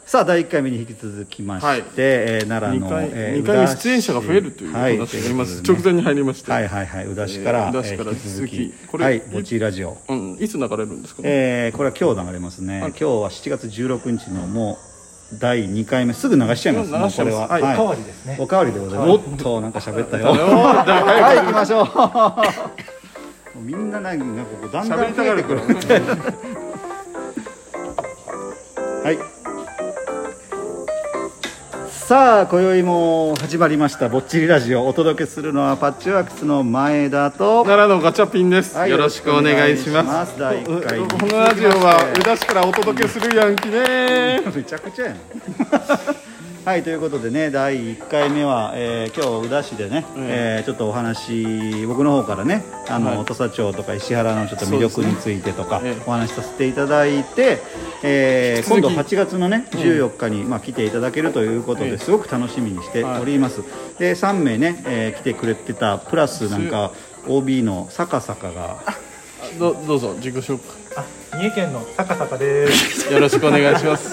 さあ第1回目に引き続きまして、奈良の 2回目出演者が増えるという話があります、直前に入りまして、宇陀市から引き続きこれぼっちラジオ、 いつ流れるんですか、 これは今日流れますね。今日は7月16日のもう第2回目、すぐ流しちゃいます。もうこれは、おかわりですね。おかわりでございます。おっとなんか喋ったよ。はい行きましょう。みんななんかこうだんだん増えてくる。はい。さあ今宵も始まりましたぼっちりラジオ。お届けするのはパッチワークスの前田と奈良のガチャピンです、よろしくお願いします。 第1回このラジオは宇陀市からお届けするやんきねめちゃくちゃやなはい、ということでね、第1回目は、今日宇陀市でね、ちょっとお話僕の方からね土佐町とか石原のちょっと魅力についてとか、お話しさせていただいて、今度8月のね14日に、来ていただけるということですごく楽しみにしております。で3名ね、来てくれてたプラスなんか OB の坂坂がどうぞ自己紹介。 三重県の坂坂です。 よろしくお願いします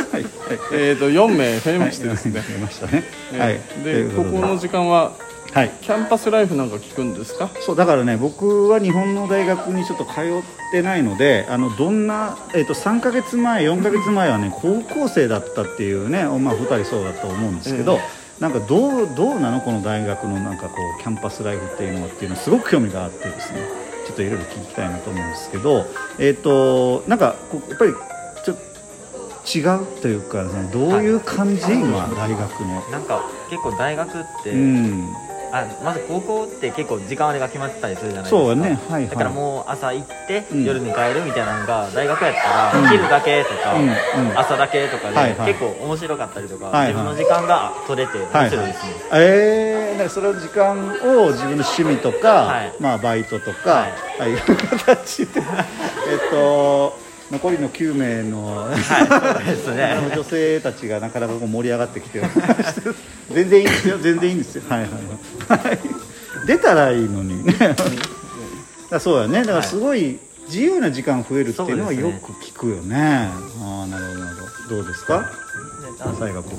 。4名増えましてですね。 増えましたね。 でここの時間はキャンパスライフなんか聞くんですか？ そうだからね、僕は日本の大学にちょっと通ってないので、どんな3ヶ月前4ヶ月前はね高校生だったっていうね、2人そうだと思うんですけど、なんかどうなのこの大学のなんかこうキャンパスライフっていうのはっていうのすごく興味があってですね、ちょっといろいろ聞きたいなと思うんですけど、なんかやっぱりちょっと違うというか、どういう感じ、今大学のなんか結構大学って、まず高校って結構時間割が決まってたりするじゃないですか。 そうね、 だからもう朝行って、夜に帰るみたいなのが大学やったら、昼だけとか、朝だけとかで、結構面白かったりとか、自分の時間が取れて面白いですね。 だからその時間を自分の趣味とか、バイトとか、いう形で残りの9名の、 そうですね、 女性たちがなかなか盛り上がってきて全然いいんですよ、全然いいんですよ。出たらいいのにねそうだね、だからすごい自由な時間増えるっていうのはよく聞くよね。なるほどなるほど。どうですか西賀君。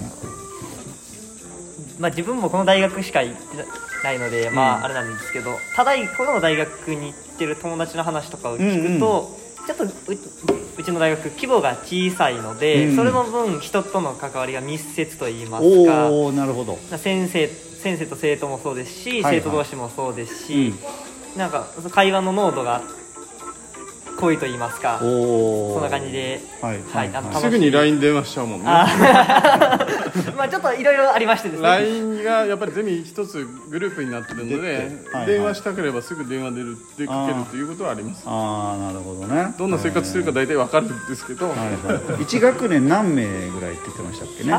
自分もこの大学しか行ってないので、あれなんですけど、ただこの大学に行ってる友達の話とかを聞くと、ちょっとうちの大学規模が小さいので、それの分人との関わりが密接といいますか。 なるほど。 先生と生徒もそうですし、生徒同士もそうですし、なんか会話の濃度が濃いと言いますか、そんな感じで、 すぐに LINE 電話しちゃうもんねちょっといろいろありましてですね、 LINE がやっぱりゼミ一つグループになってるので、電話したければすぐ電話でかけるということはあります。 なるほどね。 どんな生活するか大体わかるんですけど、 1学年何名ぐらいって言ってましたっけね。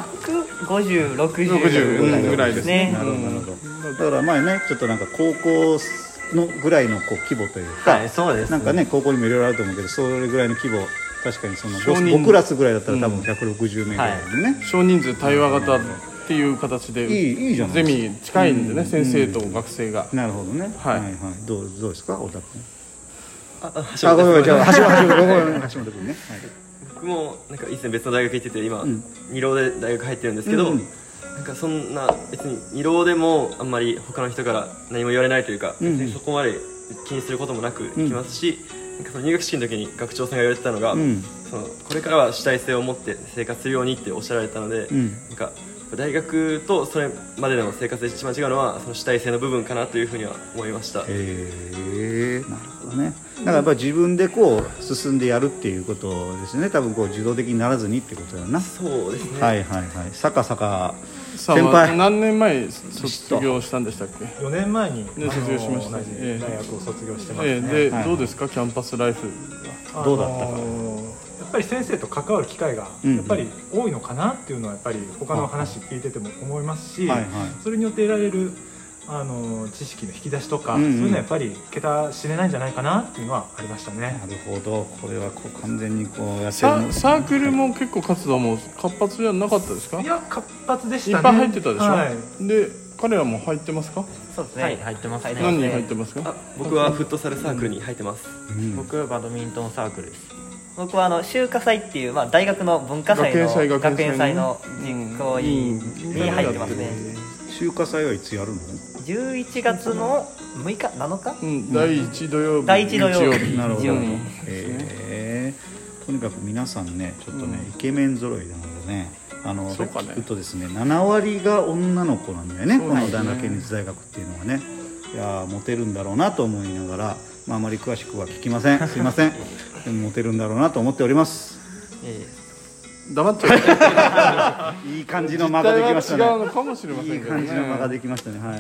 150、60 ぐらいですね。 なるほど。だから前ね、ちょっとなんか高校のぐらいの規模というか、 そうです、 なんかね高校にもいろいろあると思うけど、それぐらいの規模、確かにその 5クラスぐらいだったら多分160名ぐらいでね、 少人数対話型っていう形でいいじゃないですか。 ゼミ近いんでね、先生と学生が。 なるほどね。どうですか、太田君。 ごめん、 じゃあ橋本君ね。 僕もなんか以前別の大学行ってて、今二浪で大学入ってるんですけど、なんかそんな別に二浪でもあんまり他の人から何も言われないというか、別にそこまで気にすることもなく行きますし、なんかその入学式の時に学長さんが言われてたのが、そのこれからは主体性を持って生活するようにっておっしゃられたので、なんか大学とそれまでの生活で一番違うのはその主体性の部分かなというふうには思いました。 なるほどね。だからやっぱり自分でこう進んでやるっていうことですね。多分こう受動的にならずにってことだな。 そうですね。 坂先輩何年前卒業したんでしたっけ ？4年前に卒業しました。 同じ大学を卒業してますね。 でどうですかキャンパスライフは。 どうだったか。 やっぱり先生と関わる機会がやっぱり多いのかなっていうのはやっぱり他の話聞いてても思いますし、それによって得られる知識の引き出しとか、そういうのはやっぱり桁知れないんじゃないかなっていうのはありましたね。 なるほど。これはこう完全にこうやってサークルも結構活動も活発じゃなかったですか？ いや活発でしたね。 いっぱい入ってたでしょ。で彼らも入ってますか？ そうですね、入ってますね。 何人入ってますか？ 僕はフットサルサークルに入ってます。 僕はバドミントンサークルです。 僕は修華祭っていう、大学の文化祭の学園祭の実行委員に入ってますね。 修華祭はいつやるの ？11月の6日7日、 第1土曜日第1土曜日なるほど。とにかく皆さんねちょっとね、イケメン揃いなのでね、 そうかね、 聞くとですね7割が女の子なんだよね、この大学県立大学っていうのはね。いやモテるんだろうなと思いながら、あまり詳しくは聞きません、すいません。でもモテるんだろうなと思っております。 黙っちゃういい感じの間ができましたね。 違うのかもしれませんけどね。 いい感じの間ができましたね。はいはい。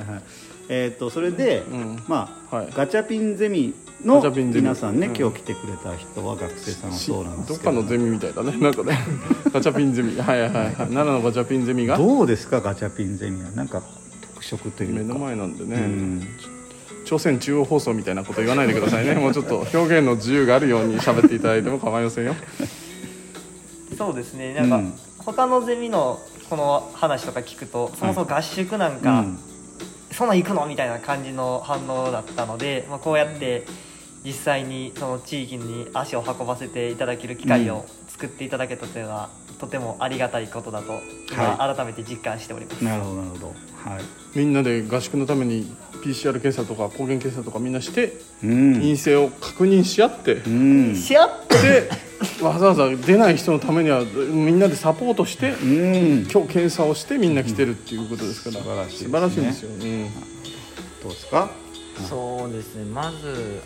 それで、ガチャピンゼミの皆さんね、今日来てくれた人は学生さんはそうなんですけど、 どっかのゼミみたいだね、なんかね。ガチャピンゼミ、はいはいはい、奈良のガチャピンゼミがどうですか？ガチャピンゼミはなんか特色というか、 目の前なんでね、朝鮮中央放送みたいなこと言わないでくださいね。もうちょっと表現の自由があるように喋っていただいても構いませんよ。 そうですね、なんか、他のゼミのこの話とか聞くと、そもそも合宿なんか、そんなん行くのみたいな感じの反応だったので、こうやって実際にその地域に足を運ばせていただける機会を作っていただけたというのは、とてもありがたいことだと、改めて実感しております。 なるほどなるほど。はい。みんなで合宿のために PCR 検査とか抗原検査とかみんなして、陰性を確認し合って、わざわざ出ない人のためにはみんなでサポートして、今日検査をしてみんな来てるっていうことですから、素晴らしいですよ。 どうですか？ そうですね、まず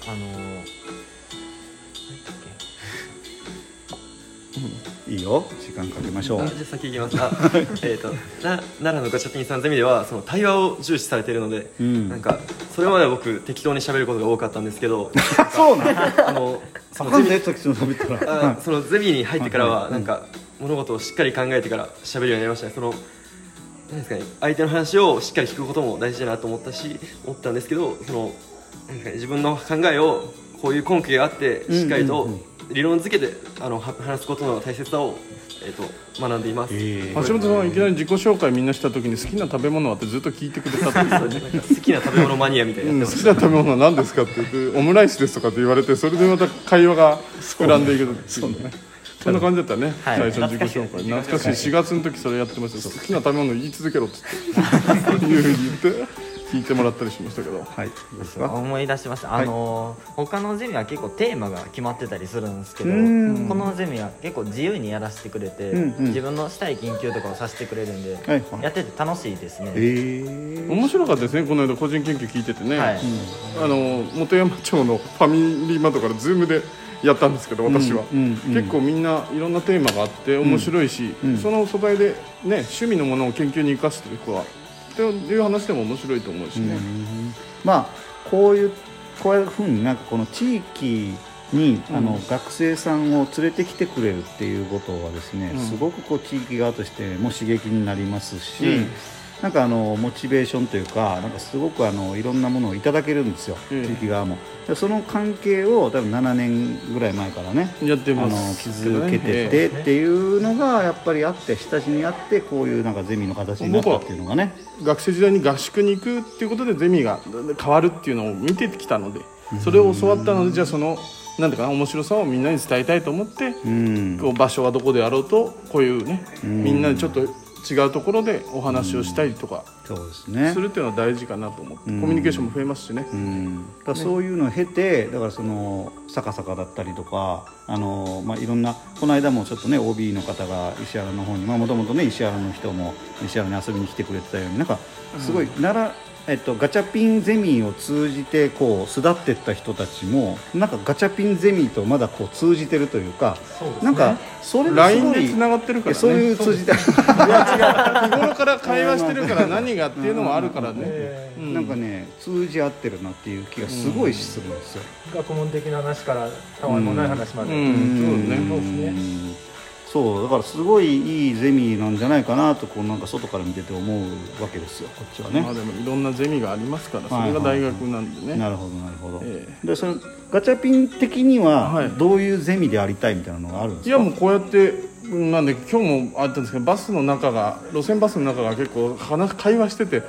いいよ、時間かけましょう。 じゃあ先行きます。奈良のガチャピンさんゼミではその対話を重視されているので、なんかそれまでは僕適当に喋ることが多かったんですけど、 そうなの？そのゼミに入ってからはなんか物事をしっかり考えてから喋るようになりましたね。何ですかね、相手の話をしっかり聞くことも大事だなと思ったんですけど、何ですかね、自分の考えをこういう根拠があってしっかりと理論付けて話すことの大切さを学んでいます。 橋本さんいきなり自己紹介みんなした時に好きな食べ物はってずっと聞いてくれたっていう好きな食べ物マニアみたいな、 好きな食べ物は何ですかって言ってオムライスですとかって言われて、それでまた会話が膨らんでいくっていうね。そんな感じだったね、最初の自己紹介。懐かしい。4月の時それやってました。好きな食べ物言い続けろっていうふうに言って聞いてもらったりしましたけど、 思い出しました。他のゼミは結構テーマが決まってたりするんですけど、このゼミは結構自由にやらせてくれて、自分のしたい研究とかをさせてくれるんで、やってて楽しいですね。 面白かったですね。この間個人研究聞いててね、本山町のファミリーマートからズームでやったんですけど、私は結構みんないろんなテーマがあって面白いし、その素材でね趣味のものを研究に生かしてる子はっていう話でも面白いと思うしね。 こういうふうになんかこの地域に学生さんを連れてきてくれるっていうことはですね、すごく地域側としても刺激になりますし、なんかモチベーションというか、なんかすごくいろんなものをいただけるんですよ、地域側も。その関係を多分7年ぐらい前からねやってます築けててっていうのがやっぱりあって、親しみあって、こういうなんかゼミの形になったっていうのがね。 学生時代に合宿に行くっていうことでゼミが変わるっていうのを見てきたので、それを教わったので、じゃあそのなんていうかな、面白さをみんなに伝えたいと思って、こう場所はどこであろうとこういうね、みんなでちょっと違うところでお話をしたりとかするっていうのは大事かなと思って、コミュニケーションも増えますしね。 だそういうのを経て、だからその坂坂だったりとか、いろんな、この間もちょっとね OB の方が石原の方に、もともとね石原の人も石原に遊びに来てくれてたように、なんかすごいガチャピンゼミを通じてこう巣立っていった人たちも、なんかガチャピンゼミとまだこう通じてるというか、なんかそれがすごい LINE でつながってるからね。 そういう通じて、いや違う、日頃から会話してるから何がっていうのもあるからね、 なんかね通じ合ってるなっていう気がすごいするんですよ。 学問的な話からたわいもない話まで。 そうだからすごいいいゼミなんじゃないかなと、こうなんか外から見てて思うわけですよ、こっちはね。 でもいろんなゼミがありますから、それが大学なんでね。 なるほどなるほど。でそのガチャピン的にはどういうゼミでありたいみたいなのがあるんですか？ いやもうこうやってなんで今日もあったんですけど、路線バスの中が結構会話してて、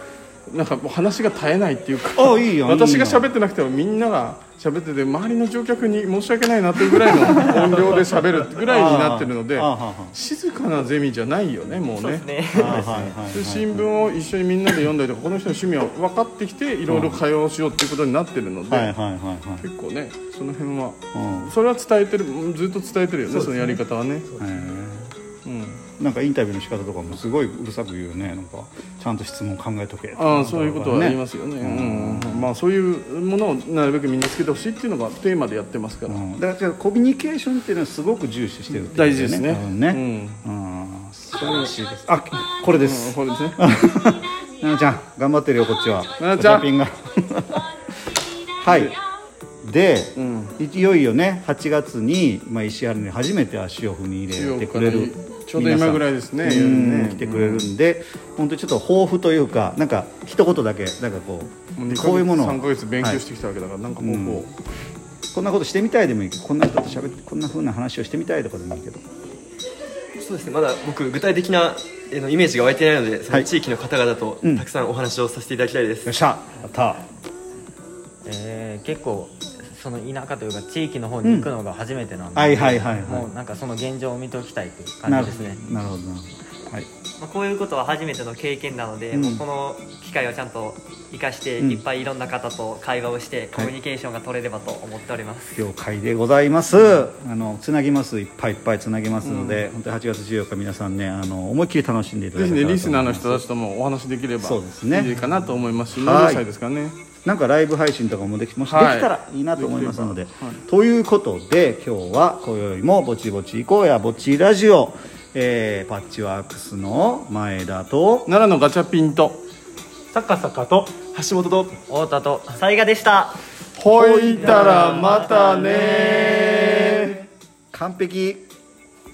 なんかもう話が絶えないっていうか、 いいよ私が喋ってなくてもみんなが喋ってて、周りの乗客に申し訳ないなっていうぐらいの音量で喋るぐらいになってるので静かなゼミじゃないよね、もうね。 そうですね。 新聞を一緒にみんなで読んだりとか、この人の趣味を分かってきていろいろ会話をしようっていうことになってるので、結構ねその辺はそれは伝えてる、ずっと伝えてるよね、そのやり方はね。 なんかインタビューの仕方とかもすごいうるさく言うよね。なんかちゃんと質問考えとけ。 そういうことは言いますよね。まあそういうものをなるべく身につけてほしいっていうのがテーマでやってますから。 だからコミュニケーションっていうのはすごく重視してるって大事ですね。 素晴らしいです。これです。 これですね。 ななちゃん頑張ってるよこっちは。 ななちゃん。 はい。で、いよいよね8月に石原に初めて足を踏み入れてくれる。 ちょうど今ぐらいですね。 来てくれるんで、本当にちょっと抱負というか、なんか一言だけなんかこういうものを 3ヶ月勉強してきたわけだから、なんかもうこんなことしてみたいでもいいけど、こんな人と喋ってこんな風な話をしてみたいとかでもいいけど。 そうですね、まだ僕具体的なイメージが湧いていないので、その地域の方々とたくさんお話をさせていただきたいです。 よっしゃ、やった。 結構その田舎というか地域の方に行くのが初めてなんで、もうなんかその現状を見ておきたいという感じですね。 なるほど。はい。 こういうことは初めての経験なので、もうこの機会をちゃんと生かして、いっぱいいろんな方と会話をしてコミュニケーションが取れればと思っております。 了解でございます。つなぎます、いっぱいつなぎますので、本当に8月14日皆さんね思いっきり楽しんでいただけたらと思います。ぜひねリスナーの人たちともお話できればいいかなと思いますし、70歳ですからね。なんかライブ配信とかももしできたらいいなと思いますので、ということで今日は今宵もぼちぼち行こうやぼちラジオ、パッチワークスの前田と奈良のガチャピンと坂坂と橋本と太田と雑賀でした。 ほいたらまたね。 完璧。